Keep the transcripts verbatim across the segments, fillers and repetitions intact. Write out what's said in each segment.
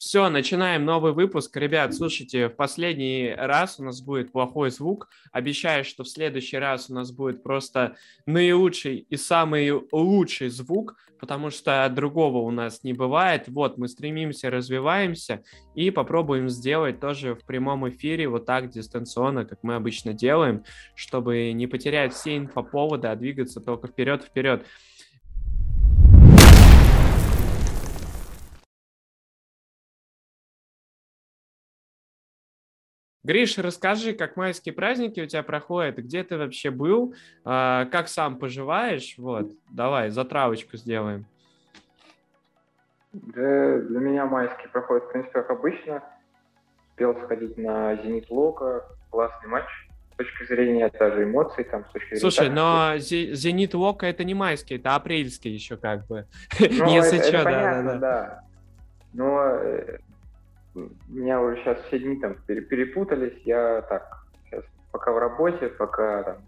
Все, начинаем новый выпуск. Ребят, слушайте, в последний раз у нас будет плохой звук. Обещаю, что в следующий раз у нас будет просто наилучший и самый лучший звук, потому что другого у нас не бывает. Вот, мы стремимся, развиваемся и попробуем сделать тоже в прямом эфире, вот так дистанционно, как мы обычно делаем, чтобы не потерять все инфоповоды, а двигаться только вперед-вперед. Гриш, расскажи, как майские праздники у тебя проходят, где ты вообще был, а, как сам поживаешь, вот, давай, затравочку сделаем. Да, для меня майские проходят, в принципе, как обычно. Успел сходить на «Зенит» Лока, классный матч. С точки зрения даже эмоций, там, с точки зрения... Слушай, но «Зенит» Лока это не майский, это апрельский еще как бы, ну, если это, что, это понятно, да, да, да. да. Но э, у меня уже сейчас все дни там перепутались, я так, сейчас пока в работе, пока там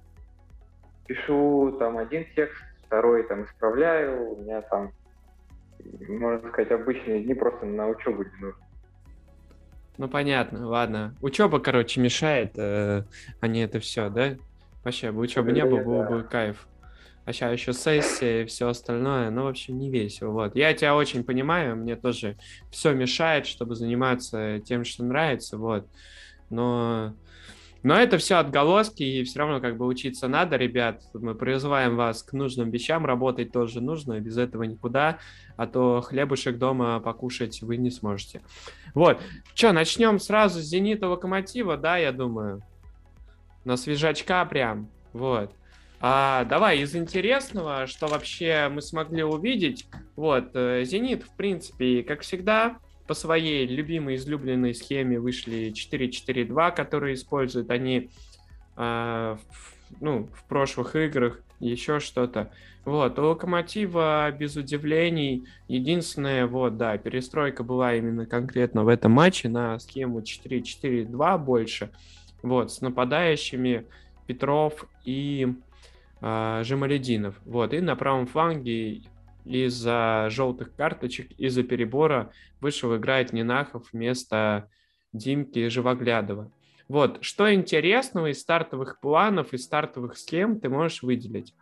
пишу там один текст, второй там исправляю, у меня там, можно сказать, обычные дни просто на учебу не нужно. Ну, понятно, ладно. Учеба, короче, мешает, э, а не это все, да? Вообще, бы учебы не было, было бы кайф. А сейчас еще сессия и все остальное, ну, в общем, не весело. Вот. Я тебя очень понимаю, мне тоже все мешает, чтобы заниматься тем, что нравится, вот. Но... Но это все отголоски, и все равно как бы учиться надо, ребят. Мы призываем вас к нужным вещам, работать тоже нужно, без этого никуда, а то хлебушек дома покушать вы не сможете. Вот, что, начнем сразу с «Зенита», «Локомотива», да, я думаю? На свежачка прям, вот. А, давай, из интересного, что вообще мы смогли увидеть, вот, «Зенит», в принципе, как всегда, по своей любимой, излюбленной схеме вышли четыре четыре два, которые используют они э, в, ну, в прошлых играх, еще что-то. Вот, у «Локомотива» без удивлений. Единственное, вот, да, перестройка была именно конкретно в этом матче на схему четыре четыре два больше. Вот, с нападающими Петров и э, Жамалединов. Вот, и на правом фланге из-за желтых карточек, из-за перебора вышел играть Нинахов вместо Димки Живоглядова. Вот, что интересного из стартовых планов, из стартовых схем ты можешь выделить?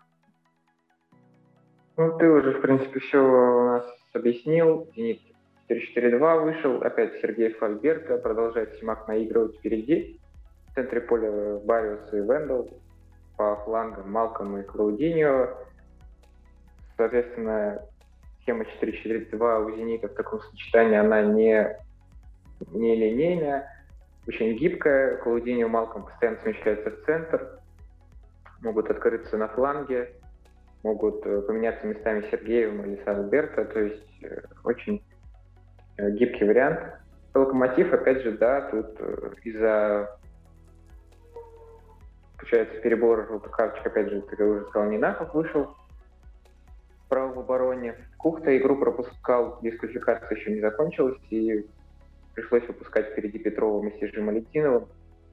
Ну, ты уже, в принципе, все у нас объяснил. «Зенит» четыре четыре два вышел, опять Сергей Альберто, продолжает Симак наигрывать впереди. В центре поля Бариус и Вендел, по флангам Малком и Клаудиньо. Соответственно, схема четыре четыре два у «Зенита» в таком сочетании, она не, не линейная, очень гибкая. Клаудиньо и Малком постоянно смещаются в центр, могут открыться на фланге, могут поменяться местами Сергеевым или Альберто, то есть очень гибкий вариант. «Локомотив», опять же, да, тут из-за, получается, перебора желтых карточек, опять же, как я уже сказал, Нинахов вышел в обороне. Кухта игру пропускал, дисквалификация еще не закончилась, и пришлось выпускать впереди Петрова вместе с Жамалединовым.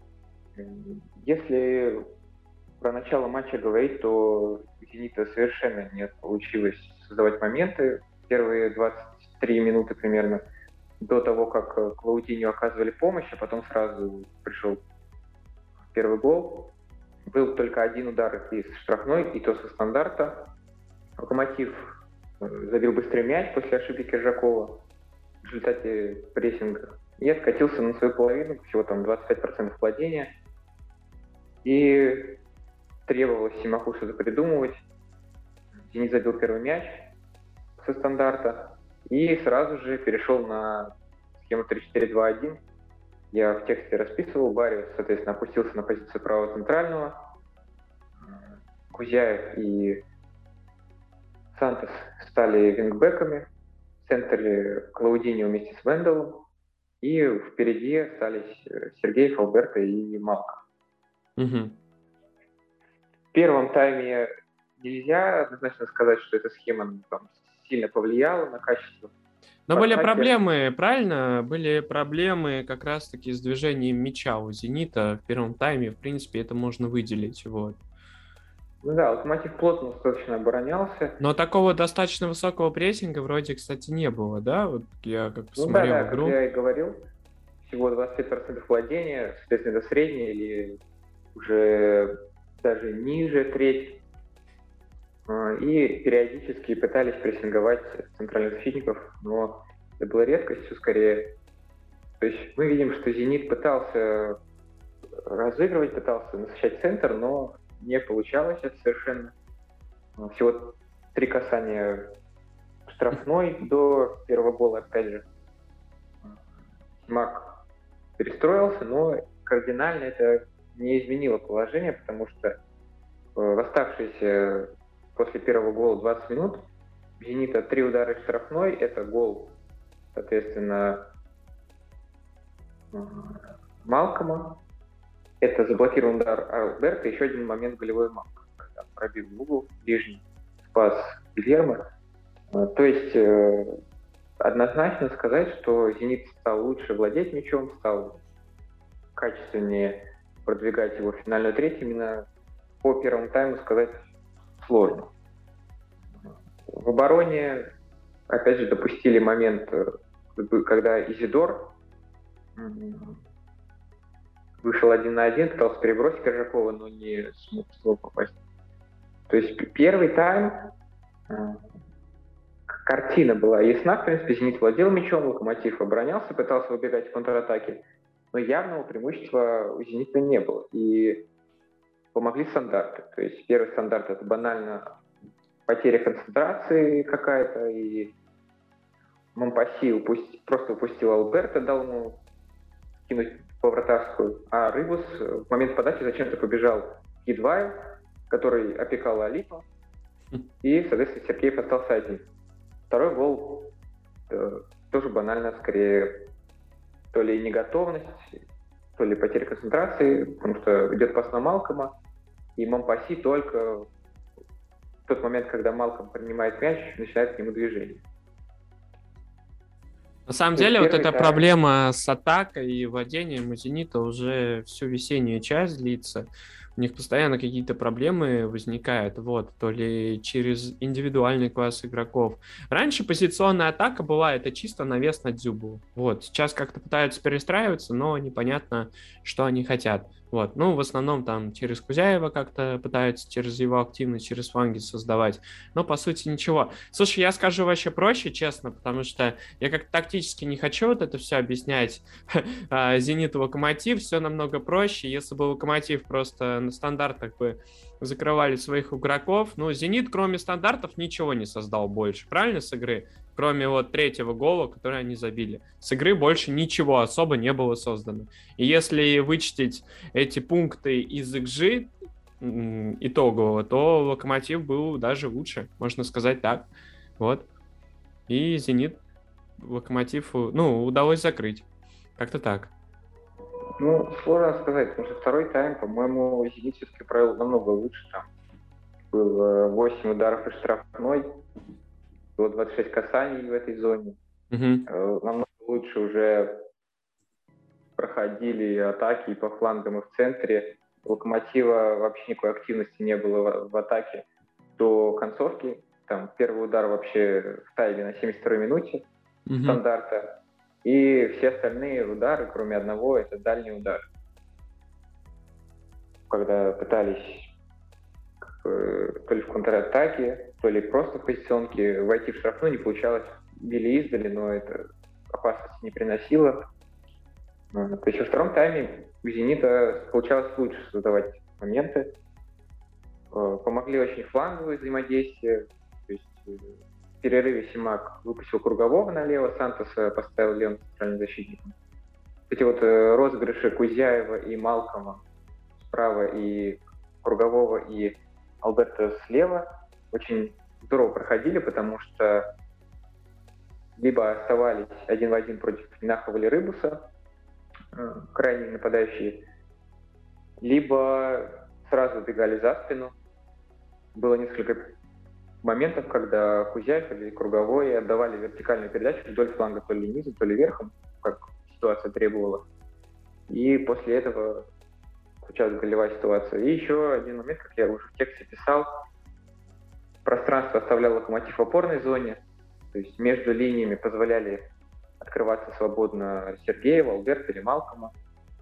Если про начало матча говорить, то у «Зенита» совершенно не получилось создавать моменты. Первые двадцать три минуты примерно до того, как Клаудиньо оказывали помощь, а потом сразу пришел первый гол. Был только один удар из штрафной, и то со стандарта. «Локомотив» забил быстрый мяч после ошибки Киржакова в результате прессинга и откатился на свою половину, всего там двадцать пять процентов владения. И требовалось Симаку что-то придумывать. «Зенит» забил первый мяч со стандарта и сразу же перешел на схему три четыре два один. Я в тексте расписывал. Бариус, соответственно, опустился на позицию правого центрального. Кузяев и Сантос стали вингбэками, в центре Клаудиньо вместе с Венделом, и впереди остались Сергей, Альберто и Малк. Угу. В первом тайме нельзя однозначно сказать, что эта схема там сильно повлияла на качество. Но были проблемы, правильно? Были проблемы как раз-таки с движением мяча у «Зенита» в первом тайме. В принципе, это можно выделить. Вот. Ну да, Локомотив плотно достаточно оборонялся. Но такого достаточно высокого прессинга вроде, кстати, не было, да? Вот я как Ну да, посмотрел да, как игру. я и говорил, всего двадцать пять процентов владения, соответственно, это среднее или уже даже ниже треть. И периодически пытались прессинговать центральных защитников, но это было редкостью скорее. То есть мы видим, что «Зенит» пытался разыгрывать, пытался насыщать центр, но не получалось это совершенно. Всего три касания штрафной до первого гола, опять же. Мак перестроился, но кардинально это не изменило положение, потому что в оставшиеся после первого гола двадцать минут у «Зенита» три удара из штрафной, это гол, соответственно, Малкома, это заблокированный удар Альберто, еще один момент голевой Малком, когда пробил в угол ближний, спас Гильермо. То есть однозначно сказать, что «Зенит» стал лучше владеть мячом, стал качественнее продвигать его в финальную треть. Именно по первому тайму сказать сложно. В обороне, опять же, допустили момент, когда Изидор вышел один на один, пытался перебросить Коржакова, но не смог, смог попасть. То есть первый тайм картина была ясна, в принципе, «Зенит» владел мячом, «Локомотив» оборонялся, пытался выбегать в контратаке, но явного преимущества у «Зенита» не было. И помогли стандарты. То есть первый стандарт — это банально потеря концентрации какая-то, и Монпасси упусти, просто упустил Альберто, дал ему кинуть по вратарскую, а Рыбус в момент подачи зачем-то побежал к Едваю, который опекал Алипа, и, соответственно, Сергеев остался один. Второй гол э, тоже банально, скорее, то ли неготовность, то ли потеря концентрации, потому что идет пас на Малкома, и Монпасси только в тот момент, когда Малком принимает мяч, начинает к нему движение. На самом то деле, вот эта тайм... проблема с атакой и владением у «Зенита» уже всю весеннюю часть длится. У них постоянно какие-то проблемы возникают, вот, то ли через индивидуальный класс игроков. Раньше позиционная атака была, это чисто навес на Дзюбу. Вот, сейчас как-то пытаются перестраиваться, но непонятно, что они хотят. Вот, ну, в основном там через Кузяева как-то пытаются через его активность, через фланги создавать. Но, по сути, ничего. Слушай, я скажу вообще проще, честно, потому что я как-то тактически не хочу вот это все объяснять. «Зенит» и «Локомотив», все намного проще. Если бы «Локомотив» просто на стандартах бы закрывали своих игроков, ну, «Зенит», кроме стандартов, ничего не создал больше, правильно, с игры? Кроме вот третьего гола, который они забили. С игры больше ничего особо не было создано. И если вычтить эти пункты из икс джи итогового, то «Локомотив» был даже лучше, можно сказать так. Вот. И «Зенит», «Локомотив», ну, удалось закрыть. Как-то так. Ну, сложно сказать, потому что второй тайм, по-моему, «Зенит» все-таки провел намного лучше. Там было восемь ударов из штрафной, было двадцать шесть касаний в этой зоне. Uh-huh. Намного лучше уже проходили атаки и по флангам, и в центре. У «Локомотива» вообще никакой активности не было в атаке до концовки. Там первый удар вообще в тайме на семьдесят второй минуте uh-huh. стандарта. И все остальные удары, кроме одного, это дальний удар. Когда пытались то ли в контратаке, то ли просто в позиционке войти в штрафную, не получалось. Били издали, но это опасности не приносило. То есть во втором тайме у «Зенита» получалось лучше создавать моменты. Помогли очень фланговые взаимодействия. То есть в перерыве Симак выпустил Кругового налево, Сантоса поставил левым центральным защитником. Эти вот розыгрыши Кузяева и Малкома справа и Кругового и Альберто слева очень здорово проходили, потому что либо оставались один в один против Нахова или Рыбуса, крайние нападающие, либо сразу бегали за спину. Было несколько моментов, когда Кузяев или Круговой отдавали вертикальную передачу вдоль фланга, то ли низом, то ли верхом, как ситуация требовала. И после этого случалась голевая ситуация. И еще один момент, как я уже в тексте писал, пространство оставлял Локомотив в опорной зоне, то есть между линиями позволяли открываться свободно Сергеева, Алберта или Малкома.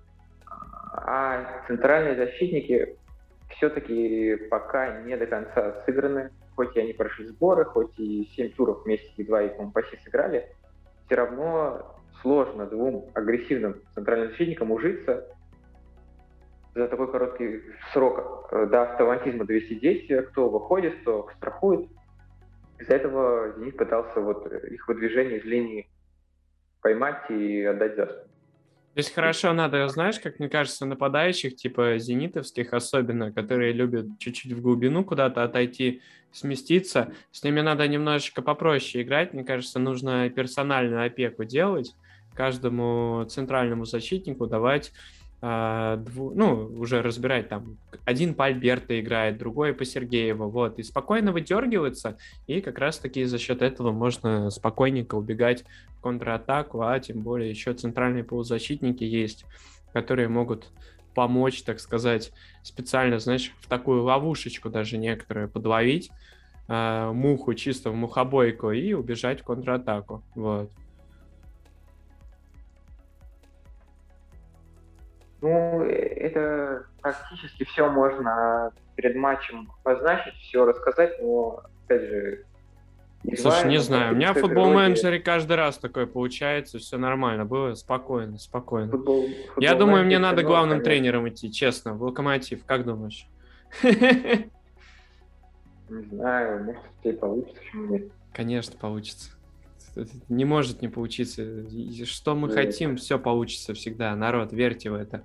А центральные защитники все-таки пока не до конца сыграны, хоть и они прошли сборы, хоть и семь туров вместе едва и Компаси сыграли, все равно сложно двум агрессивным центральным защитникам ужиться за такой короткий срок до автоматизма довести действия, кто выходит, кто страхует. Из-за этого Зенит пытался вот их выдвижение из линии поймать и отдать за спину. Здесь хорошо надо, знаешь, как мне кажется, нападающих, типа зенитовских особенно, которые любят чуть-чуть в глубину куда-то отойти, сместиться, с ними надо немножечко попроще играть. Мне кажется, нужно персональную опеку делать, каждому центральному защитнику давать, а, дву, ну, уже разбирать, там, один по Альберто играет, другой по Сергееву, вот, и спокойно выдергиваться, и как раз-таки за счет этого можно спокойненько убегать в контратаку, а тем более еще центральные полузащитники есть, которые могут помочь, так сказать, специально, знаешь, в такую ловушечку даже некоторые подловить, э, муху чисто в мухобойку и убежать в контратаку, вот. Ну, это практически все можно перед матчем обозначить, все рассказать, но, опять же, Слушай, не знаю, у меня в футбол-менеджере каждый раз такое получается, все нормально было, спокойно, спокойно. Футбол, Я думаю, мне надо много, главным конечно. тренером идти, честно, в Локомотив, как думаешь? Не знаю, может, у тебя получится, почему нет? Конечно, получится. Не может не получиться. Что мы хотим, все получится всегда. Народ, верьте в это.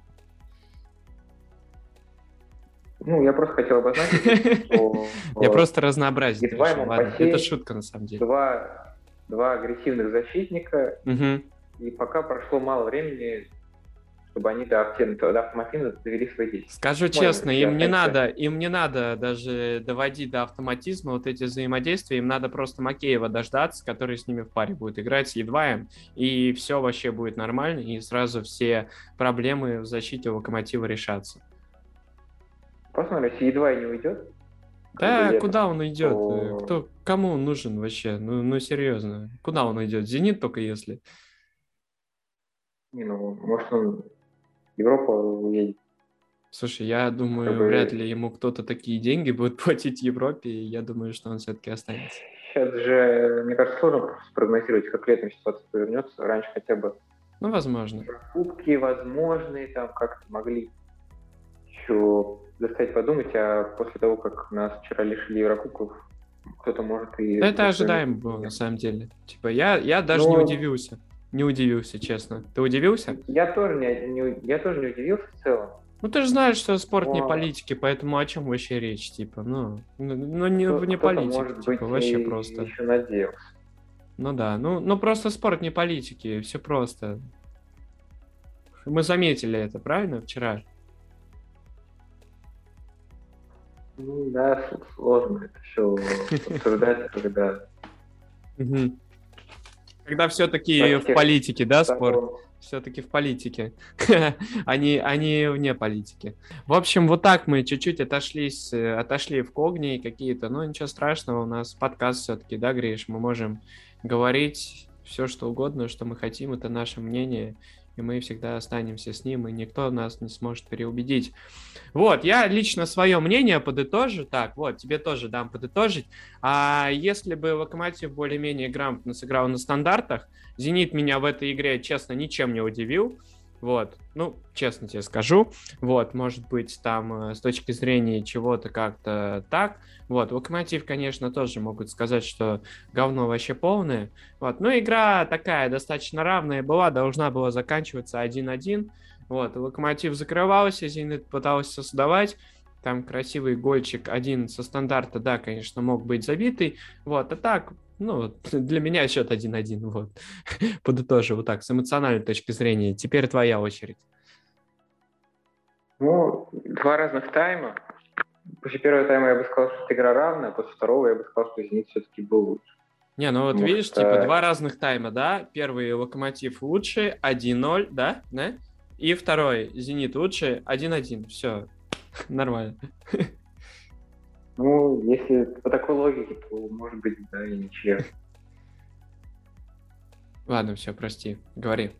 Ну, я просто хотел обозначить, что... Я просто разнообразить решил. Это шутка, на самом деле. Два, два агрессивных защитника, угу. И пока прошло мало времени, чтобы они до автоматизма довели свои действия. Скажу честно, им не надо, им не надо даже доводить до автоматизма вот эти взаимодействия, им надо просто Макеева дождаться, который с ними в паре будет играть с Едваем, и все вообще будет нормально, и сразу все проблемы в защите Локомотива решатся. Посмотрим, если Едвай не уйдет. Да, куда он идет? То... Кто, кому он нужен вообще? Ну, ну серьезно, куда он идет? Зенит только если. Не, ну, может он в Европу уедет. Слушай, я думаю, Чтобы... вряд ли ему кто-то такие деньги будет платить в Европе, и я думаю, что он все-таки останется. Сейчас же, мне кажется, сложно спрогнозировать, как летом ситуация повернется. Раньше хотя бы... Ну, возможно. Кубки возможные, там как-то могли еще заставить подумать, а после того, как нас вчера лишили Еврокубков, кто-то может и... Да это ожидаемо было, на самом деле. Типа, я, я даже Но... не удивился. Не удивился, честно. Ты удивился? Я тоже не, не, я тоже не удивился в целом. Ну, ты же знаешь, что спорт Но... не политики, поэтому о чем вообще речь, типа, ну, ну не, Кто, не политики, может типа, быть, вообще просто. Еще надеялся. Ну да, ну, ну просто спорт не политики, все просто. Мы заметили это, правильно, вчера? Ну да, сложно это все обсуждать, когда... Когда все-таки в политике, да, спорт? Все-таки в политике, они, они вне политики. В общем, вот так мы чуть-чуть отошлись, отошли в когни какие-то, но ничего страшного, у нас подкаст все-таки, да, Гриш, мы можем говорить все, что угодно, что мы хотим, это наше мнение, и мы всегда останемся с ним, и никто нас не сможет переубедить. Вот, я лично свое мнение подытожу, так, вот, тебе тоже дам подытожить. А если бы Локомотив более-менее грамотно сыграл на стандартах, Зенит меня в этой игре, честно, ничем не удивил. Вот, ну, честно тебе скажу. Вот, может быть, там с точки зрения чего-то как-то так. Вот, Локомотив, конечно, тоже могут сказать, что говно вообще полное. Вот, но игра такая достаточно равная была, должна была заканчиваться один-один. Вот, Локомотив закрывался, Зенит пытался создавать. Там красивый гольчик один со стандарта, да, конечно, мог быть забитый. Вот, а так, ну, для меня счет один-один, вот. Подытожу вот так, с эмоциональной точки зрения. Теперь твоя очередь. Ну, два разных тайма. После первого тайма я бы сказал, что игра равная, после второго я бы сказал, что Зенит все-таки был лучше. Не, ну вот Потому видишь, что... типа два разных тайма, да? Первый Локомотив лучше, один ноль, да? Да? И второй, «Зенит» лучше, один-один, все, нормально. Ну, если по такой логике, то, может быть, да, и ничья. Ладно, все, прости, говори.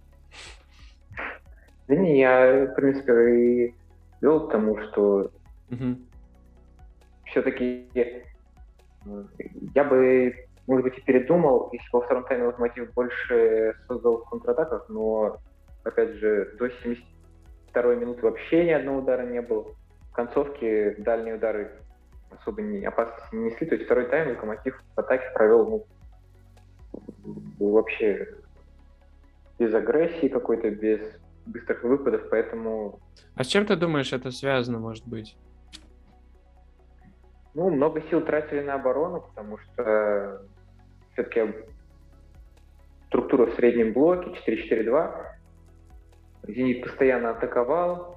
Да не, я, в принципе, и вел к тому, что Угу. все-таки я бы, может быть, и передумал, если бы во втором тайме Локомотив больше создал в контратаках, но, опять же, до семьдесят второй минуты вообще ни одного удара не было. В концовке дальние удары особо не, опасности не несли, то есть второй тайм Локомотив в атаке провел ну, вообще без агрессии какой-то, без быстрых выпадов, поэтому... А с чем ты думаешь, это связано, может быть? Ну, много сил тратили на оборону, потому что все-таки структура в среднем блоке четыре четыре два. «Зенит» постоянно атаковал,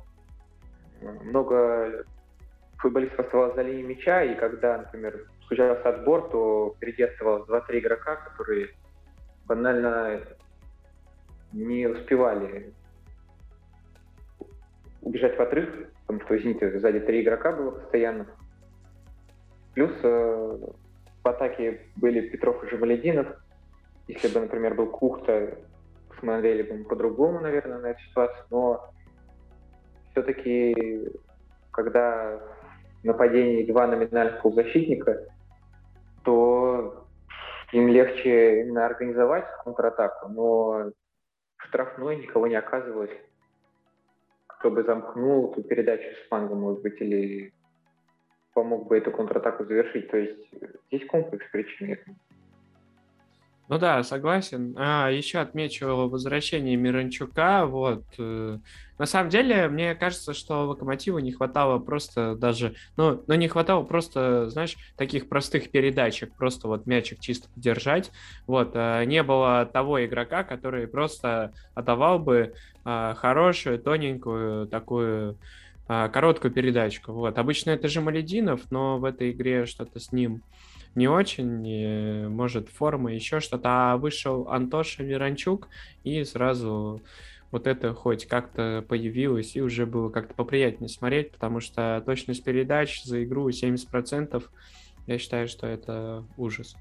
много футболистов оставалось за линией мяча, и когда, например, случался отбор, то впереди оставалось два-три игрока, которые банально не успевали убежать в отрыв, потому что у «Зенита» сзади три игрока было постоянно. Плюс э, в атаке были Петров и Жамалединов. Если бы, например, был Кухта, смотрели бы по-другому, наверное, на эту ситуацию. Но все-таки, когда в нападении два номинальных полузащитника, то им легче именно организовать контратаку, но в штрафной никого не оказывалось, кто бы замкнул эту передачу с фланга, может быть, или помог бы эту контратаку завершить. То есть здесь комплекс причин. Ну да, согласен. А, еще отмечу возвращение Миранчука. Вот. э, На самом деле, мне кажется, что Локомотиву не хватало просто даже... Ну, ну, не хватало просто, знаешь, таких простых передачек. Просто вот мячик чисто держать. Вот. э, Не было того игрока, который просто отдавал бы а, хорошую, тоненькую такую а, короткую передачку. Вот. Обычно это же Малединов, но в этой игре что-то с ним не очень, э, может, форма, еще что-то. А вышел Антоша Миранчук, и сразу вот это хоть как-то появилось, и уже было как-то поприятнее смотреть, потому что точность передач за игру семьдесят процентов, я считаю, что это ужас.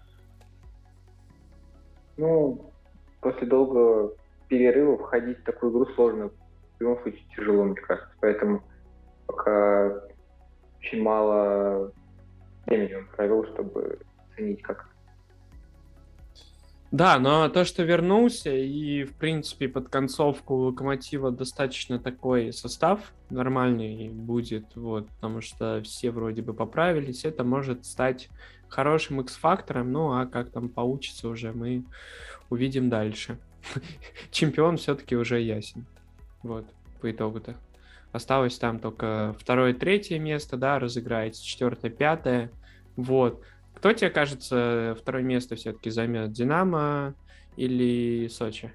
Ну, после долгого перерыва входить в такую игру сложно. В любом случае тяжело, мне кажется. Поэтому пока очень мало времени он провел, чтобы оценить как. Да, но то, что вернулся, и, в принципе, под концовку у Локомотива достаточно такой состав нормальный будет, вот, потому что все вроде бы поправились, это может стать хорошим X-фактором, ну, а как там получится уже, мы увидим дальше. Чемпион все-таки уже ясен, вот, по итогу-то. Осталось там только второе, третье место, да, разыграется, четвертое, пятое, вот. Кто тебе кажется, второе место все-таки займет? Динамо или Сочи?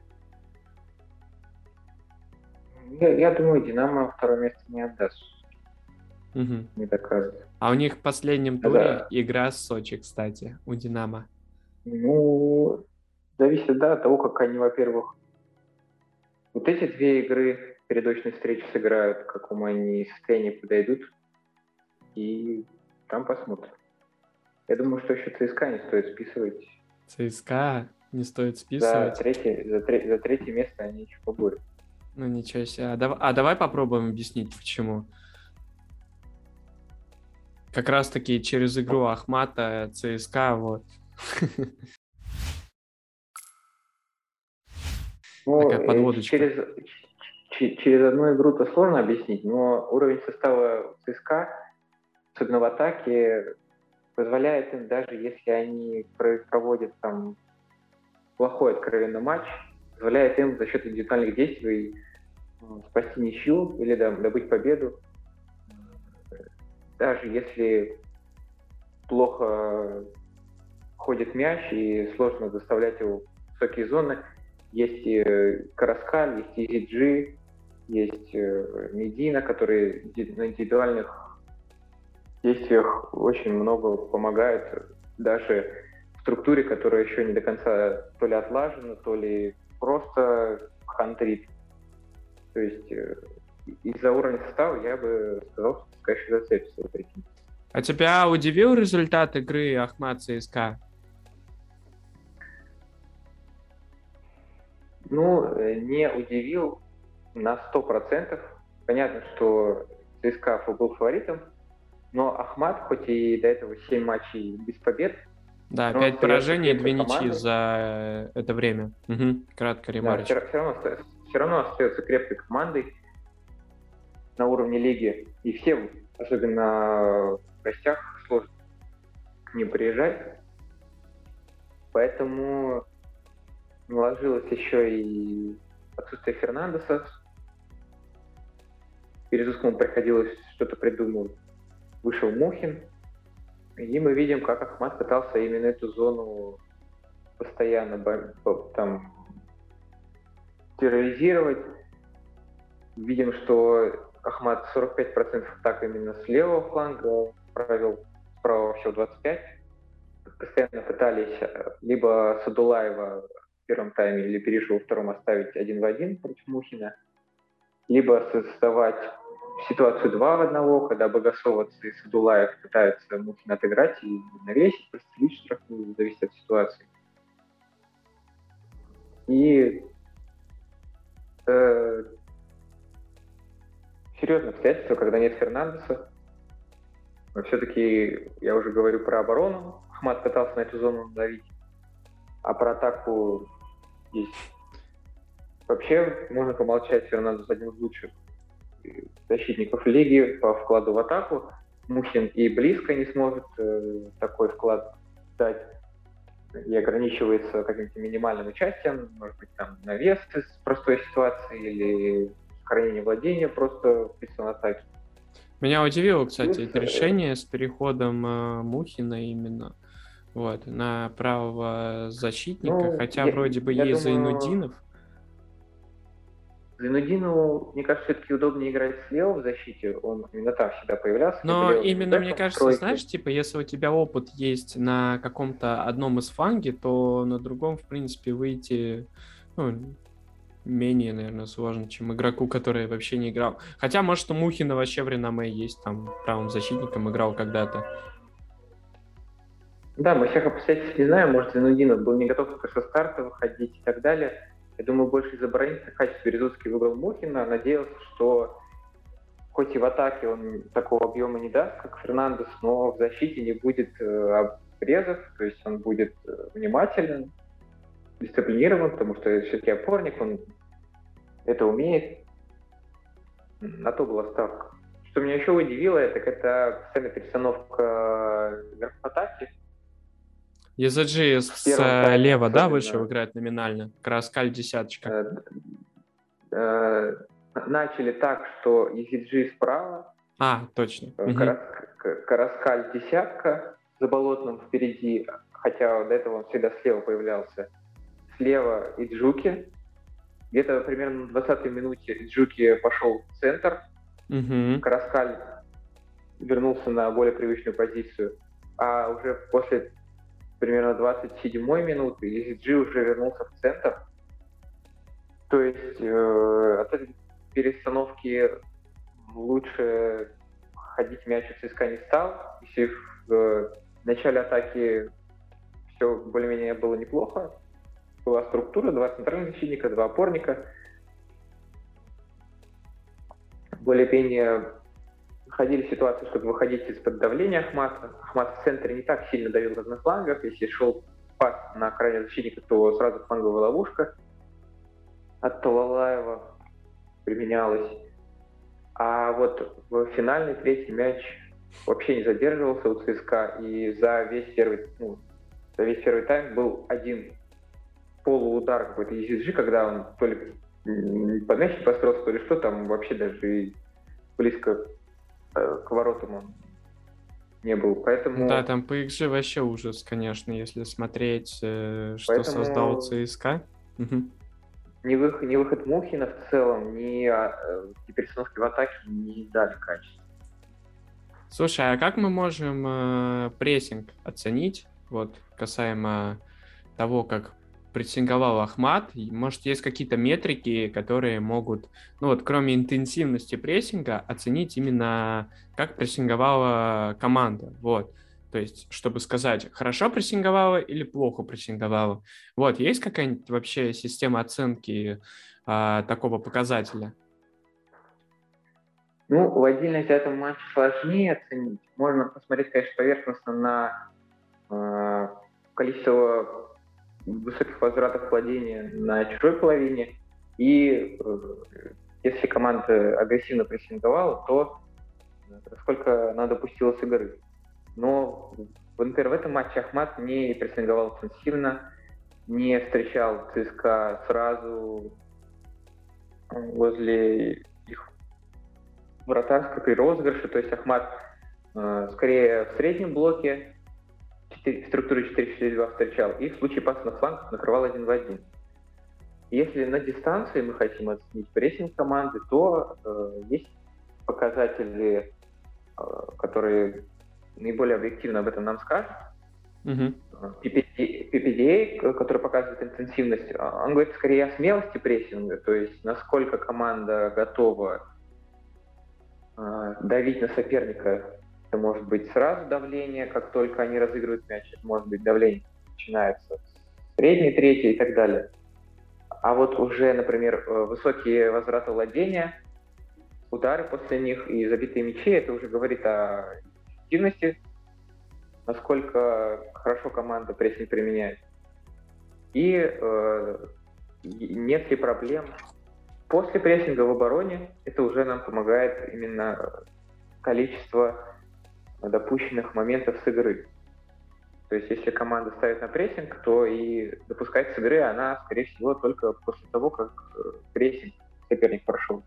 Я, я думаю, Динамо второе место не отдаст. Угу. Мне так кажется. А у них в последнем туре Да. игра с Сочи, кстати, у Динамо. Ну, зависит, да, от того, как они, во-первых, вот эти две игры перед очной встречей сыграют, к какому они состоянию подойдут, и там посмотрим. Я думаю, что еще ЦСКА не стоит списывать. ЦСКА не стоит За списывать. третье, за, тре- за третье место они еще поборют. Ну ничего себе. А, дав- а давай попробуем объяснить, почему. Как раз таки через игру Ахмата ЦСКА, вот. Ну, Такая э, подводочка. через, ч- через одну игру-то сложно объяснить, но уровень состава ЦСКА, особенно в атаке, позволяет им, даже если они про- проводят там плохой откровенный матч, позволяет им за счет индивидуальных действий э, спасти ничью или да, добыть победу. Даже если плохо ходит мяч и сложно заставлять его в высокие зоны, есть и Караскаль, есть и Зиджи, есть Медина, которые на индивидуальных действиях очень много помогают, даже в структуре, которая еще не до конца то ли отлажена, то ли просто хандрит. То есть э, из-за уровня состава я бы сказал, что ЦСКА еще зацепится. Вот таким. А тебя удивил результат игры Ахмат ЦСКА? Ну, э, не удивил на сто процентов. Понятно, что ЦСКА был фаворитом, но Ахмат, хоть и до этого семь матчей без побед, Да, но пять остается поражений и две крепкой ничьи командой. за это время. Угу. Краткая Да, ремарочка. все, все равно, оста- все равно остается крепкой командой на уровне лиги. И все, особенно в гостях, сложно к ним приезжать. Поэтому наложилось еще и отсутствие Фернандеса. Березускому приходилось что-то придумывать. Вышел Мухин. И мы видим, как Ахмат пытался именно эту зону постоянно там терроризировать. Видим, что Ахмат сорок пять процентов атак именно с левого фланга провел, справа всего двадцать пять процентов. Постоянно пытались либо Садулаева в первом тайме или Бережу во втором оставить один в один против Мухина, либо создавать ситуацию два в одного, когда Богосовец и Садулаев пытаются Мухина отыграть и навесить, прострелить штрафную, зависит от ситуации. И э, серьезное обстоятельство, когда нет Фернандеса. Но все-таки я уже говорю про оборону. Ахмат пытался на эту зону давить, а про атаку есть. Вообще можно помолчать. Фернандес один из лучших защитников лиги по вкладу в атаку. Мухин и близко не сможет э, такой вклад дать и ограничивается каким-то минимальным участием, может быть, там навес из простой ситуации или сохранение владения просто в атаке. Меня удивило, кстати, Плюс, это решение с переходом э, Мухина именно вот, на правого защитника, ну, хотя я, вроде бы я есть думаю, Зайнудинов. Зайнуддину, мне кажется, все-таки удобнее играть слева в защите, он именно там всегда появлялся. Но именно, мне кажется, знаешь, типа, если у тебя опыт есть на каком-то одном из фланге, то на другом, в принципе, выйти, ну, менее, наверное, сложно, чем игроку, который вообще не играл. Хотя, может, у Мухина вообще в реноме есть, там, правым защитником играл когда-то. Да, мы всех обстоятельств не знаем, может, Зайнуддинов был не готов со старта выходить и так далее. Я думаю, больше из оборонительных качеств Березутский выбрал Мухина, надеялся, что хоть и в атаке он такого объема не даст, как Фернандес, но в защите не будет э, обрезов, то есть он будет э, внимателен, дисциплинирован, потому что все-таки опорник, он это умеет. На то была ставка. Что меня еще удивило, так это постоянная перестановка игроков атаки. Езаджи слева, да, вышел играть номинально? Караскаль десяточка. Э, э, начали так, что Езаджи справа. А, точно. Карас, Караскаль десятка, Заболотным впереди, хотя до этого он всегда слева появлялся. Слева Иджуки. Где-то примерно на двадцатой минуте Иджуки пошел в центр. Угу. Караскаль вернулся на более привычную позицию. А уже после примерно двадцать седьмой минуты Иджи уже вернулся в центр. То есть э, от этой перестановки лучше ходить мяч у ЦСКА не стал. Если в, в начале атаки все более-менее было неплохо, была структура, два центральных защитника, два опорника. Более-менее ходили ситуации, чтобы выходить из-под давления Ахмата. Ахмат в центре не так сильно давил, как на флангах. Если шел пас на крайнего защитника, то сразу фланговая ловушка от Талалаева применялась. А вот в финальный третий мяч вообще не задерживался у ЦСКА. И за весь первый, ну, за весь первый тайм был один полуудар какой-то Езиджи, когда он то ли под мяч не построился, то ли что, там вообще даже и близко э, к воротам он не был. Поэтому... Да, там по икс джи вообще ужас, конечно, если смотреть, э, что Поэтому... создал ЦСКА. Угу. Ни, выход, ни выход Мухина в целом, ни, э, ни перестановки в атаке не дали качества. Слушай, а как мы можем э, прессинг оценить, вот, касаемо того, как прессинговал Ахмат? Может, есть какие-то метрики, которые могут, ну вот, кроме интенсивности прессинга, оценить именно, как прессинговала команда, вот. То есть, чтобы сказать, хорошо прессинговала или плохо прессинговала. Вот, есть какая-нибудь вообще система оценки а, такого показателя? Ну, в отдельно взятом матче сложнее оценить. Можно посмотреть, конечно, поверхностно на э, количество высоких возвратов владения на чужой половине. И э, если команда агрессивно прессинговала, то сколько она допустила с игры. Но, например, в этом матче Ахмат не прессинговал интенсивно, не встречал ЦСКА сразу возле их вратарской при розыгрыше. То есть Ахмат э, скорее в среднем блоке в структуре четыре четыре два встречал и в случае паса на фланг накрывал один в один. Если на дистанции мы хотим оценить прессинг команды, то э, есть показатели, э, которые наиболее объективно об этом нам скажут. Uh-huh. пи пи ди эй, который показывает интенсивность, он говорит скорее о смелости прессинга, то есть насколько команда готова э, давить на соперника. Это может быть сразу давление, как только они разыгрывают мяч, это может быть давление начинается с средней трети и так далее. А вот уже, например, высокие возвраты владения, удары после них и забитые мячи, это уже говорит о эффективности, насколько хорошо команда прессинг применяет. И э, нет ли проблем после прессинга в обороне, это уже нам помогает именно количество допущенных моментов с игры. То есть если команда ставит на прессинг, то и допускать с игры она, скорее всего, только после того, как прессинг соперник прошел.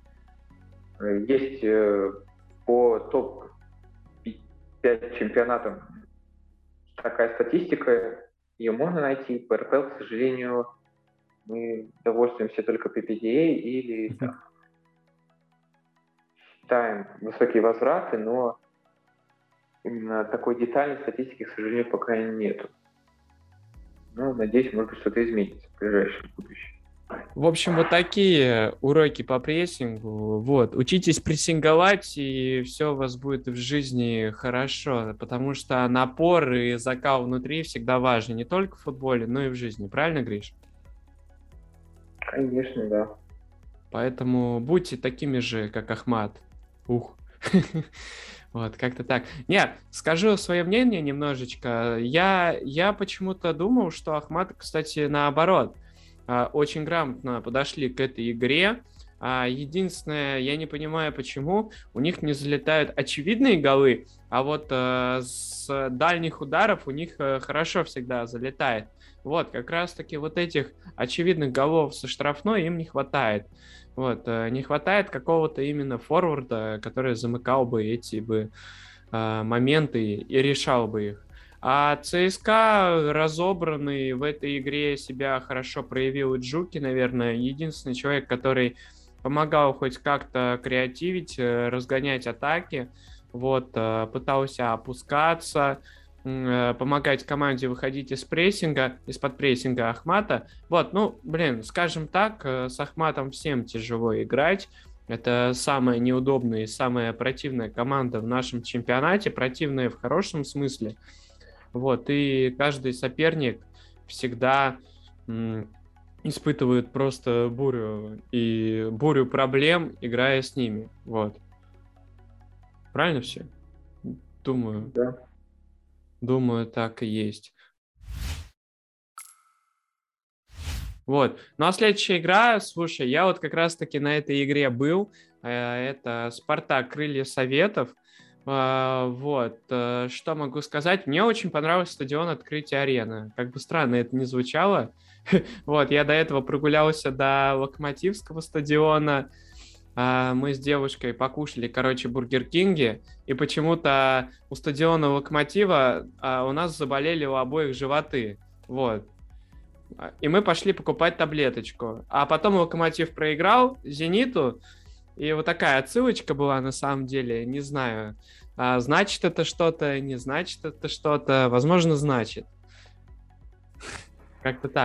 Есть по топ пять чемпионатам такая статистика, ее можно найти. По эр пэ эл, к сожалению, мы довольствуемся только пи пи ди эй или там, считаем высокие возвраты, но именно такой детальной статистики, к сожалению, пока нету. Ну, надеюсь, может быть, что-то изменится в ближайшем будущем. В общем, вот такие уроки по прессингу. Вот, учитесь прессинговать, и все у вас будет в жизни хорошо, потому что напор и закал внутри всегда важны, не только в футболе, но и в жизни. Правильно, Гриш? Конечно, да. Поэтому будьте такими же, как Ахмат. Ух. Вот, как-то так. Нет, скажу свое мнение немножечко. Я, я почему-то думал, что Ахмат, кстати, наоборот, очень грамотно подошли к этой игре. Единственное, я не понимаю, почему у них не залетают очевидные голы, а вот с дальних ударов у них хорошо всегда залетает. Вот, как раз-таки вот этих очевидных голов со штрафной им не хватает. Вот, не хватает какого-то именно форварда, который замыкал бы эти бы э, моменты и решал бы их. А ЦСКА, разобранный в этой игре, себя хорошо проявил и Джуки, наверное, единственный человек, который помогал хоть как-то креативить, разгонять атаки, вот, пытался опускаться, помогать команде выходить из прессинга, из-под прессинга Ахмата. Вот, ну, блин, скажем так, с Ахматом всем тяжело играть. Это самая неудобная и самая противная команда в нашем чемпионате, противная в хорошем смысле. Вот, и каждый соперник всегда м, испытывает просто бурю и бурю проблем, играя с ними. Вот. Правильно все? Думаю. Да. Думаю, так и есть. Вот. Ну а следующая игра, слушай, я вот как раз-таки на этой игре был. Это Спартак Крылья Советов. Вот. Что могу сказать? Мне очень понравился стадион Открытия Арены. Как бы странно это ни звучало. Вот, я до этого прогулялся до Локомотивского стадиона. Мы с девушкой покушали, короче, Бургер Кинги, и почему-то у стадиона Локомотива у нас заболели у обоих животы. Вот. И мы пошли покупать таблеточку. А потом Локомотив проиграл Зениту, и вот такая отсылочка была на самом деле, не знаю, значит это что-то, не значит это что-то, возможно, значит. Как-то так.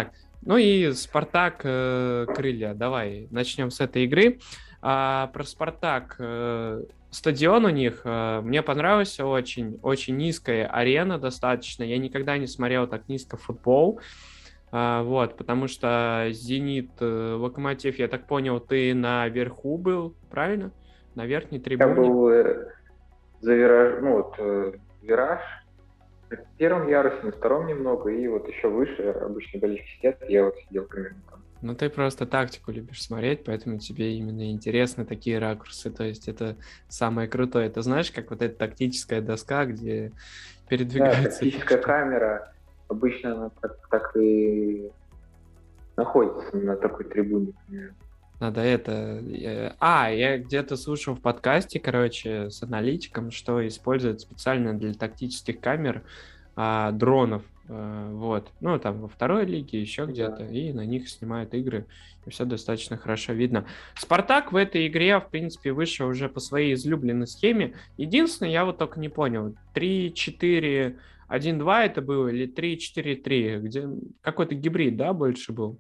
Ну и Спартак э, Крылья. Давай начнем с этой игры. А, про Спартак. Э, стадион у них э, мне понравился очень. Очень низкая арена достаточно. Я никогда не смотрел так низко футбол. А, вот, потому что Зенит, э, Локомотив, я так понял, ты наверху был, правильно? На верхней Я трибуне. был э, за вираж, ну вот э, вираж на первом ярусе, на втором немного, и вот еще выше обычно болельщики сидят, я вот сидел примерно там. Ну, ты просто тактику любишь смотреть, поэтому тебе именно интересны такие ракурсы. То есть это самое крутое. Ты знаешь, как вот эта тактическая доска, где Да, передвигаются тактическая фишки? камера, обычно она так, так и находится на такой трибуне. Примерно. Надо это... э, А, я где-то слушал в подкасте, короче, с аналитиком, что используют специально для тактических камер а, дронов. а, Вот. Ну, там во второй лиге, еще где-то. Да. И на них снимают игры. И все достаточно хорошо видно. Спартак в этой игре, в принципе, вышел уже по своей излюбленной схеме. Единственное, я вот только не понял. три четыре один два это было или три четыре три? Где какой-то гибрид, да, больше был?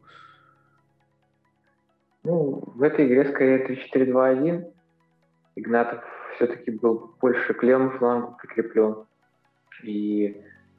Ну, в этой игре скорее три четыре два один. Игнатов все-таки был больше к левому флангу прикреплен. И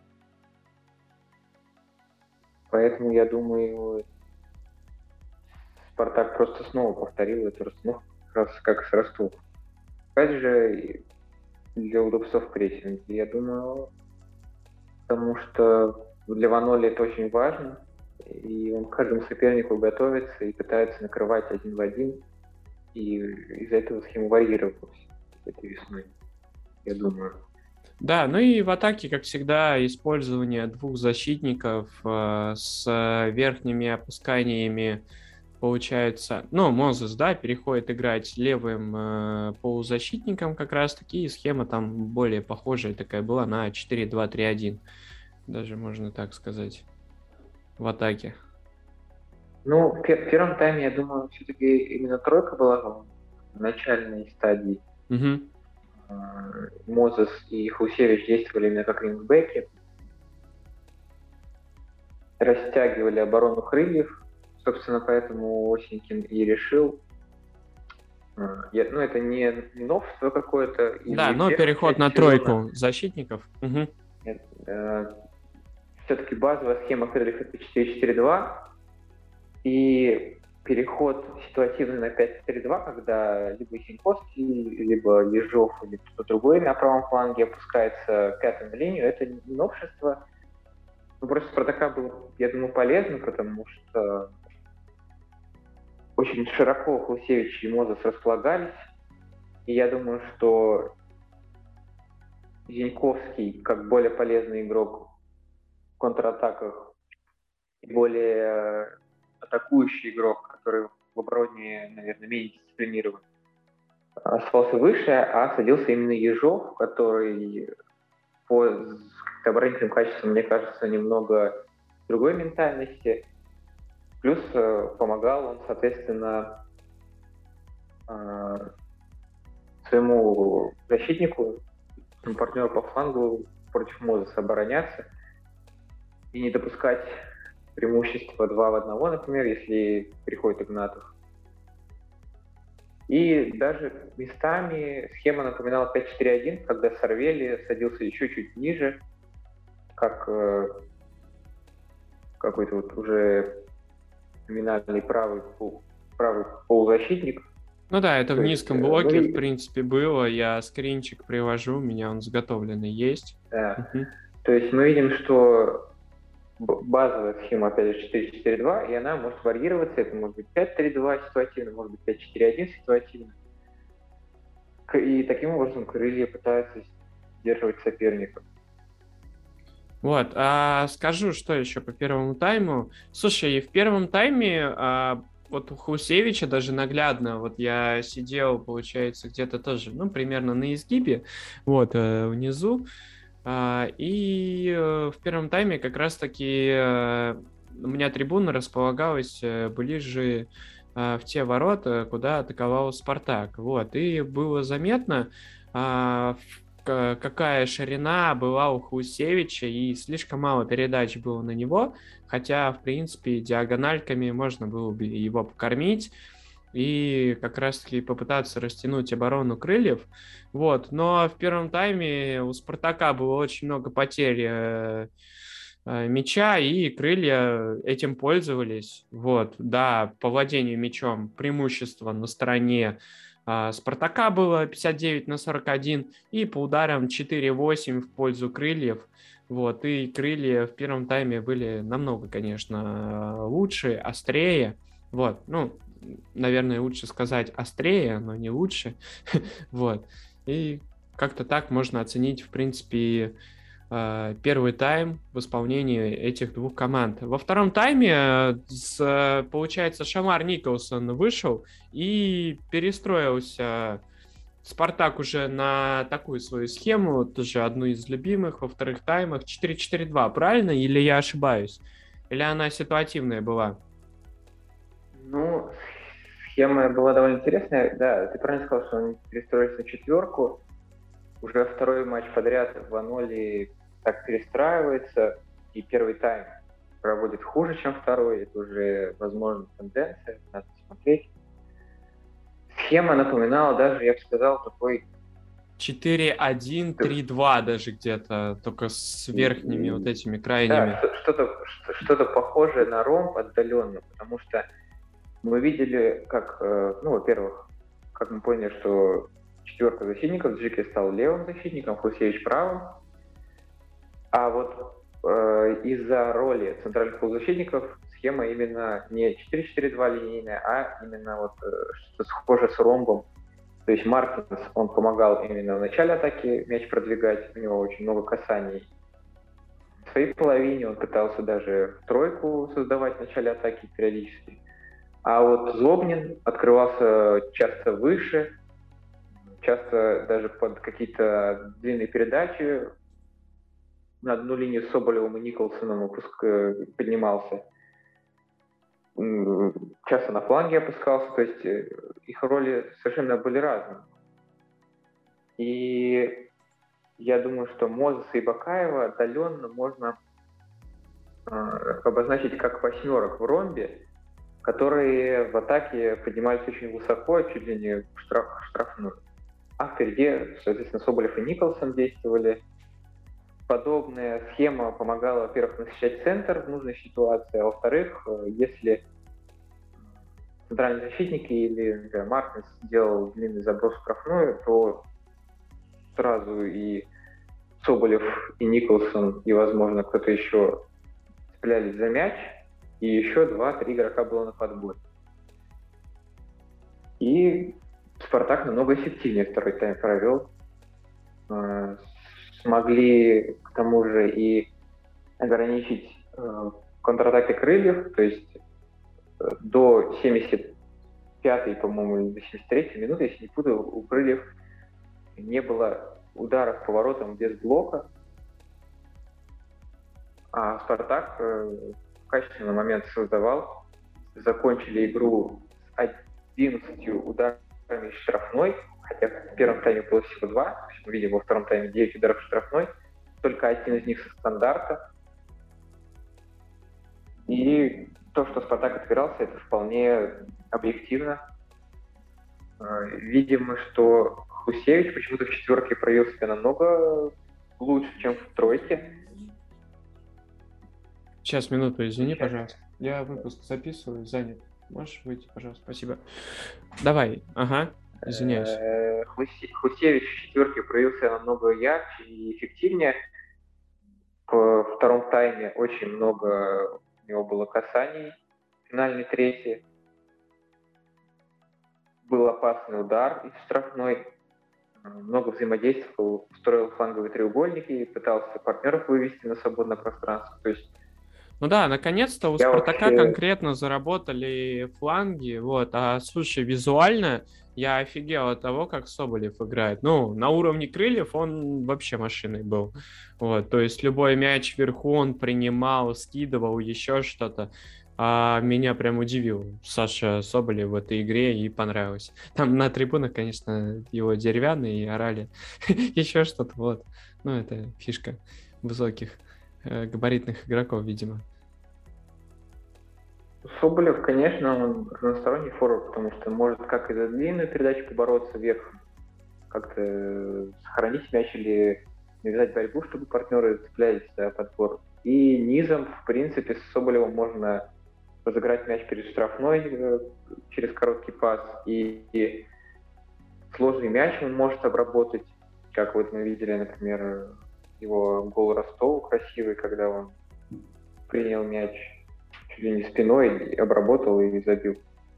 поэтому, я думаю, Спартак просто снова повторил эту расстановку, как раз как с Ростов. Опять же, для удобства в прессинге, я думаю, потому что для Ваноли это очень важно, и он к каждому сопернику готовится и пытается накрывать один в один, и из-за этого схема варьировалась этой весной, я думаю. Да, ну и в атаке, как всегда, использование двух защитников э, с верхними опусканиями получается. Ну, Мозес, да, переходит играть левым э, полузащитником как раз-таки, и схема там более похожая такая была на четыре два три один. Даже можно так сказать, в атаке. Ну, в пер- первом тайме, я думаю, все-таки именно тройка была в начальной стадии. Угу. Мозес и Хусевич действовали именно как вингбеки, растягивали оборону крыльев, собственно, поэтому Осенькин и решил, я, ну, это не новшество какое-то, и Да, не в но первой переход части на сезона. тройку защитников. Угу. Э, все-таки базовая схема крыльев это четыре четыре два, и переход ситуативный на пять четыре два, когда либо Синьковский, либо Ежов, или кто-то другой на правом фланге опускается пятым на линию, это не новшество. Ну, просто Спартака было, я думаю, полезно, потому что очень широко Хусевич и Мозес располагались. И я думаю, что Зиньковский, как более полезный игрок в контратаках, более атакующий игрок, который в обороне, наверное, менее дисциплинирован, оставался выше, а садился именно Ежов, который по оборонительным качествам, мне кажется, немного другой ментальности. Плюс э, помогал он, соответственно, э, своему защитнику, своему партнеру по флангу против Мозеса обороняться и не допускать преимущества два в одного, например, если приходит Игнатов. И даже местами схема напоминала пять четыре один, когда Сарвели садился еще чуть ниже, как э, какой-то вот уже номинальный правый, пол, правый полузащитник. Ну да, это То в есть, низком э, блоке, ну в и, принципе, было. Я скринчик привожу, у меня он заготовленный есть. да. Угу. То есть мы видим, что базовая схема, опять же, четыре четыре два, и она может варьироваться. Это может быть пять три два ситуативно, может быть пять четыре один ситуативно. И таким образом крылья пытаются сдерживать соперника. Вот, а скажу, что еще по первому тайму. Слушай, в первом тайме а, вот у Хусевича даже наглядно, вот я сидел, получается, где-то тоже, ну, примерно на изгибе, вот, э, внизу, а, и э, в первом тайме как раз-таки э, у меня трибуна располагалась э, ближе э, в те ворота, куда атаковал Спартак, вот, и было заметно, а, к- какая ширина была у Хусевича, и слишком мало передач было на него, хотя, в принципе, диагональками можно было бы его покормить и как раз-таки попытаться растянуть оборону крыльев. Вот. Но в первом тайме у Спартака было очень много потерь э, э, мяча, и крылья этим пользовались. Вот. Да, по владению мячом преимущество на стороне а, Спартака было пятьдесят девять на сорок один, и по ударам четыре восемь в пользу крыльев. Вот, и крылья в первом тайме были намного, конечно, лучше, острее. Вот, ну, наверное, лучше сказать острее, но не лучше. Вот. И как-то так можно оценить, в принципе, э, первый тайм в исполнении этих двух команд. Во втором тайме, э, с, получается, Шамар Николсон вышел и перестроился Спартак уже на такую свою схему, тоже одну из любимых во вторых таймах, четыре четыре два, правильно? Или я ошибаюсь? Или она ситуативная была? Ну, схема была довольно интересная. Да, ты правильно сказал, что они перестроились на четверку. Уже второй матч подряд Ваноли так перестраивается, и первый тайм проводит хуже, чем второй. Это уже, возможно, тенденция, надо посмотреть. Схема напоминала даже, я бы сказал, такой... четыре один три два даже где-то, только с верхними вот этими крайними. Да, что-то, что-то похожее на ромб отдаленно, потому что мы видели, как, ну, во-первых, как мы поняли, что четверка защитников, Джики стал левым защитником, Хусевич правым, а вот э, из-за роли центральных полузащитников схема именно не четыре четыре два линейная, а именно вот э, что-то схоже с ромбом. То есть Мартинс, он помогал именно в начале атаки мяч продвигать, у него очень много касаний. В своей половине он пытался даже тройку создавать в начале атаки периодически. А вот Злобнин открывался часто выше, часто даже под какие-то длинные передачи. На одну линию с Соболевым и Николсоном поднимался. Часто на фланге опускался, то есть их роли совершенно были разные. И я думаю, что Мозеса и Бакаева отдаленно можно э, обозначить как восьмерок в ромбе, которые в атаке поднимались очень высоко, чуть ли не в штраф, штрафную. А впереди, соответственно, Соболев и Николсон действовали. Подобная схема помогала, во-первых, насыщать центр в нужной ситуации, а во-вторых, если центральные защитники или, например, Мартинс делал длинный заброс в штрафную, то сразу и Соболев, и Николсон, и, возможно, кто-то еще цеплялись за мяч, и еще два-три игрока было на подборе. И Спартак намного эффективнее второй тайм провел. Смогли, к тому же, и ограничить контратаки крыльев, то есть до семьдесят пятой, по-моему, или до семьдесят третьей минуты, если не путаю, у крыльев не было ударов по воротам без блока, а Спартак э, качественно момент создавал. Закончили игру с одиннадцатью ударами штрафной, хотя в первом тайме было всего два. Мы видим во втором тайме девять ударов штрафной, только один из них со стандарта. И то, что Спартак отбирался, это вполне объективно. Видимо, что Хусевич почему-то в четверке проявил себя намного лучше, чем в тройке. Сейчас, минуту, извини, пожалуйста. Я выпуск записываю, занят. Можешь выйти, пожалуйста? Спасибо. Давай, ага, извиняюсь. Хусевич в четверке проявился намного ярче и эффективнее. В втором тайме очень много у него было касаний. Финальный третий. Был опасный удар из штрафной. Много взаимодействовал, строил фланговые треугольники, пытался партнеров вывести на свободное пространство. То есть Ну да, наконец-то у Я Спартака вообще- конкретно заработали фланги, вот, а слушай, визуально я офигел от того, как Соболев играет. Ну, на уровне крыльев он вообще машиной был, вот, то есть любой мяч вверху он принимал, скидывал, еще что-то. А меня прям удивил Саша Соболев в этой игре и понравилось. Там на трибунах, конечно, его деревянные и орали еще что-то, вот. Ну, это фишка высоких э, габаритных игроков, видимо. Соболев, конечно, он разносторонний форвард, потому что может как и за длинную передачу побороться вверх, как-то сохранить мяч или навязать борьбу, чтобы партнеры цеплялись за подбор. И низом, в принципе, с Соболевым можно разыграть мяч перед штрафной э, через короткий пас. И, и сложный мяч он может обработать, как вот мы видели, например, его гол Ростову красивый, когда он принял мяч чуть ли не спиной, обработал и забил.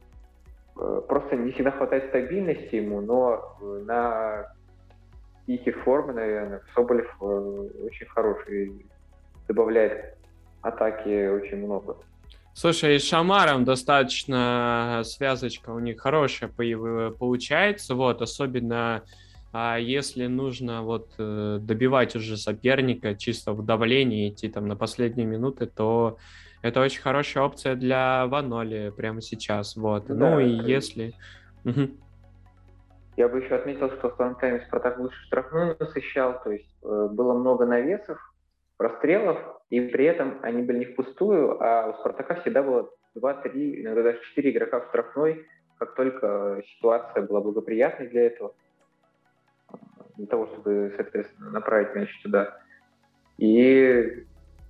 Просто не всегда хватает стабильности ему, но на пике формы, наверное, Соболев очень хороший, добавляет атаки очень много. Слушай, и с Шамаром достаточно связочка у них хорошая получается, вот, особенно а если нужно вот добивать уже соперника, чисто в давлении идти там на последние минуты, то это очень хорошая опция для Ваноли прямо сейчас, вот. Да, ну и если... Угу. Я бы еще отметил, что в втором тайме Спартак лучше штрафную насыщал, то есть э, было много навесов, прострелов, и при этом они были не впустую, а у Спартака всегда было два-три, иногда даже четыре игрока в штрафной, как только ситуация была благоприятной для этого, для того, чтобы, соответственно, направить мяч туда. И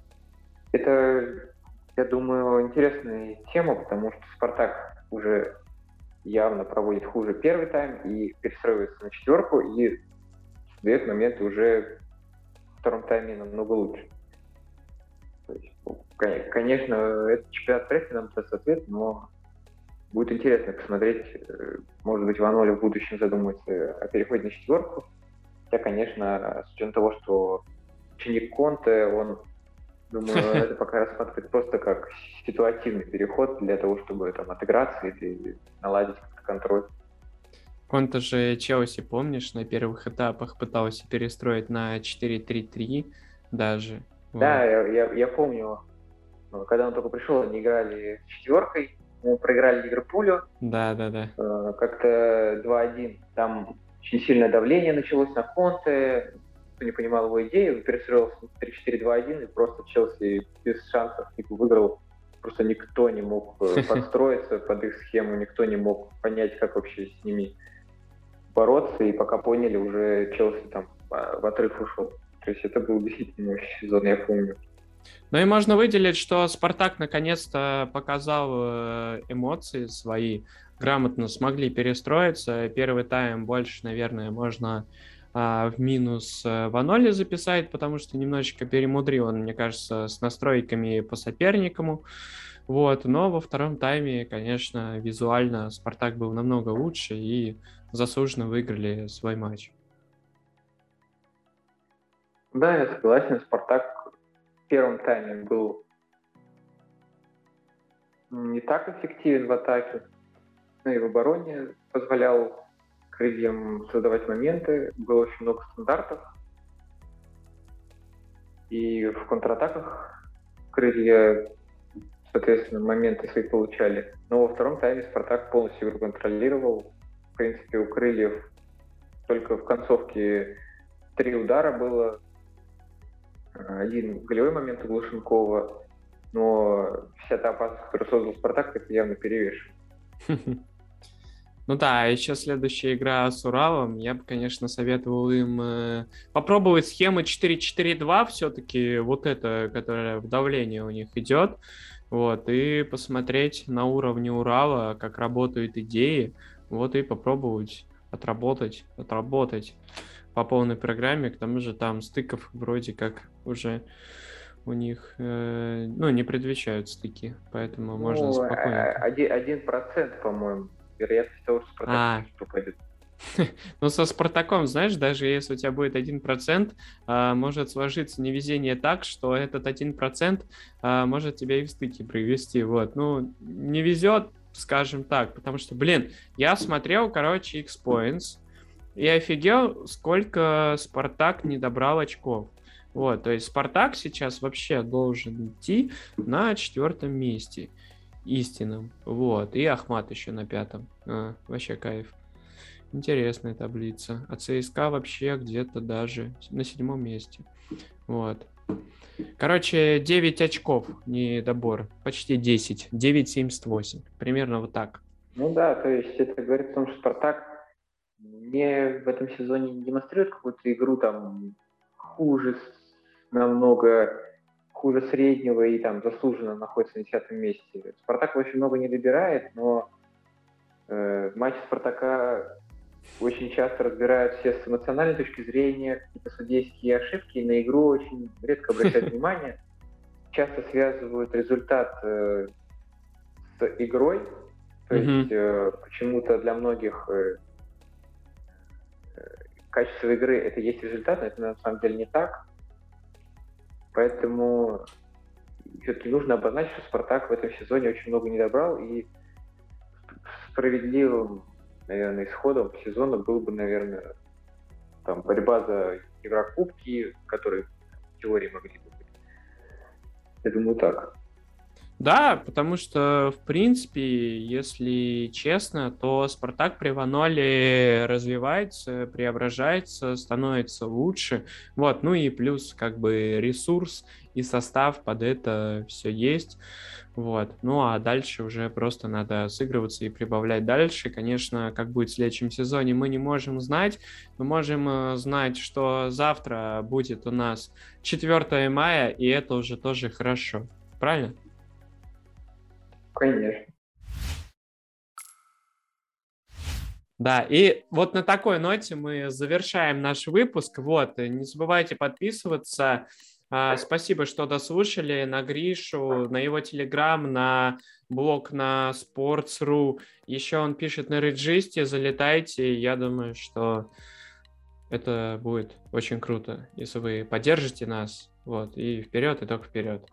это, я думаю, интересная тема, потому что Спартак уже явно проводит хуже первый тайм и перестраивается на четверку, и дает моменты уже в втором тайме намного лучше. То есть, конечно, этот чемпионат вряд ли нам даст ответ, но будет интересно посмотреть. Может быть, Ваноли в будущем задумается о переходе на четверку. Хотя, конечно, с учетом того, что ученик Конте, он, думаю, это пока рассматривает просто как ситуативный переход для того, чтобы там отыграться или наладить контроль. Конте же Челси, помнишь, на первых этапах пытался перестроить на четыре три три даже. Да, вот. я, я, я помню, когда он только пришел, они играли с четверкой, мы проиграли Ливерпулю. Да, да, да. Э, как-то два один. Там очень сильное давление началось на Конте. Кто не понимал его идею, перестроился в три четыре два один, и просто Челси без шансов типа выиграл. Просто никто не мог подстроиться под их схему, никто не мог понять, как вообще с ними бороться, и пока поняли, уже Челси там в отрыв ушел. То есть это был действительно мощный сезон, я помню. Ну и можно выделить, что Спартак наконец-то показал эмоции свои, грамотно смогли перестроиться. Первый тайм больше, наверное, можно а, в минус Ваноли записать, потому что немножечко перемудрил он, мне кажется, с настройками по сопернику. Вот, но во втором тайме, конечно, визуально Спартак был намного лучше и заслуженно выиграли свой матч. Да, я согласен, Спартак в первом тайме был не так эффективен в атаке, но и в обороне позволял крыльям создавать моменты, было очень много стандартов, и в контратаках крылья, соответственно, моменты свои получали. Но во втором тайме Спартак полностью игру контролировал. В принципе, у крыльев только в концовке три удара было. Один голевой момент у Глушенкова, но вся та опасность, которую создал Спартак, это явно перевешивает. Ну да, а еще следующая игра с Уралом, я бы, конечно, советовал им э, попробовать схемы четыре четыре два все-таки, вот это, которая в давлении у них идет, вот, и посмотреть на уровне Урала, как работают идеи, вот, и попробовать отработать, отработать по полной программе, к тому же там стыков вроде как уже у них, э, ну, не предвещают стыки, поэтому ну, можно спокойно. Один процент, по-моему. Вероятность того, что Спартак а. попадет. Ну, со Спартаком, знаешь, даже если у тебя будет один процент, а, может сложиться невезение так, что этот один процент а, может тебя и в стыки привести. Вот. Ну, не везет, скажем так, потому что, блин, я смотрел, короче, X-Points, и офигел, сколько Спартак не добрал очков. Вот, то есть Спартак сейчас вообще должен идти на четвертом месте. истинным. Вот. И Ахмат еще на пятом. А, вообще кайф. Интересная таблица. А ЦСКА вообще где-то даже на седьмом месте. Вот. Короче, девять очков недобор. Почти десять. девять семьдесят восемь. Примерно вот так. Ну да, то есть это говорит о том, что Спартак не в этом сезоне не демонстрирует какую-то игру там хуже, намного хуже среднего и там заслуженно находится на десятом месте. Спартак очень много не добирает, но э, матчи Спартака очень часто разбирают все с эмоциональной точки зрения, какие-то судейские ошибки, и на игру очень редко обращают внимание. Часто связывают результат э, с игрой, то Мгм. есть э, почему-то для многих э, качество игры это есть результат, но это на самом деле не так. Поэтому все-таки нужно обозначить, что Спартак в этом сезоне очень много не добрал, и справедливым, наверное, исходом сезона был бы, наверное, там, борьба за Еврокубки, которые в теории могли бы быть. Я думаю, так. Да, потому что, в принципе, если честно, то Спартак при Ваноле развивается, преображается, становится лучше. Вот, ну и плюс как бы ресурс и состав под это все есть. Вот. Ну а дальше уже просто надо сыгрываться и прибавлять дальше. Конечно, как будет в следующем сезоне, мы не можем знать. Мы можем э, знать, что завтра будет у нас четвёртое мая, и это уже тоже хорошо. Правильно? Конечно. Да, и вот на такой ноте мы завершаем наш выпуск. Вот, и не забывайте подписываться. А, Спасибо, что дослушали на Гришу, на его телеграм, на блог на Sports.ru. Еще он пишет на Реджисте, залетайте. Я думаю, что это будет очень круто, если вы поддержите нас. Вот, и вперед, и только вперед.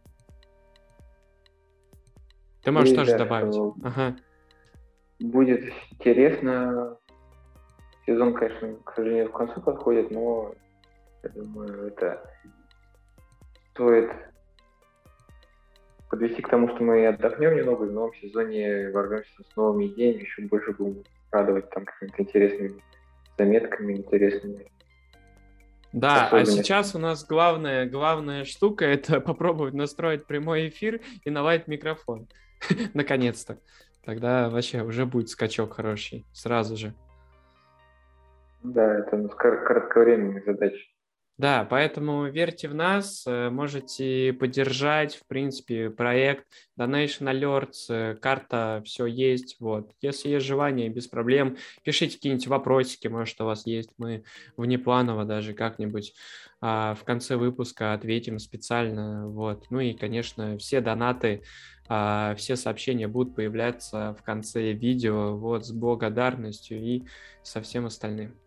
Ты можешь Надеюсь, тоже да, добавить. что Ага. будет интересно. Сезон, конечно, к сожалению, к концу подходит, но я думаю, это стоит подвести к тому, что мы отдохнем немного, и в новом сезоне ворвемся с новыми идеями, еще больше будем радовать там какими-то интересными заметками, интересными Да, а особенностями. сейчас у нас главная, главная штука — это попробовать настроить прямой эфир и наладить микрофон. Наконец-то. Тогда вообще уже будет скачок хороший. Сразу же. Да, это ну, кор- кратковременные задачи. Да, поэтому верьте в нас, э, можете поддержать, в принципе, проект Donation Alerts, э, карта, все есть, вот. Если есть желание, без проблем, пишите какие-нибудь вопросики, может, у вас есть, мы внепланово даже как-нибудь а, в конце выпуска ответим специально, вот. Ну и, конечно, все донаты, а, все сообщения будут появляться в конце видео, вот, с благодарностью и со всем остальным.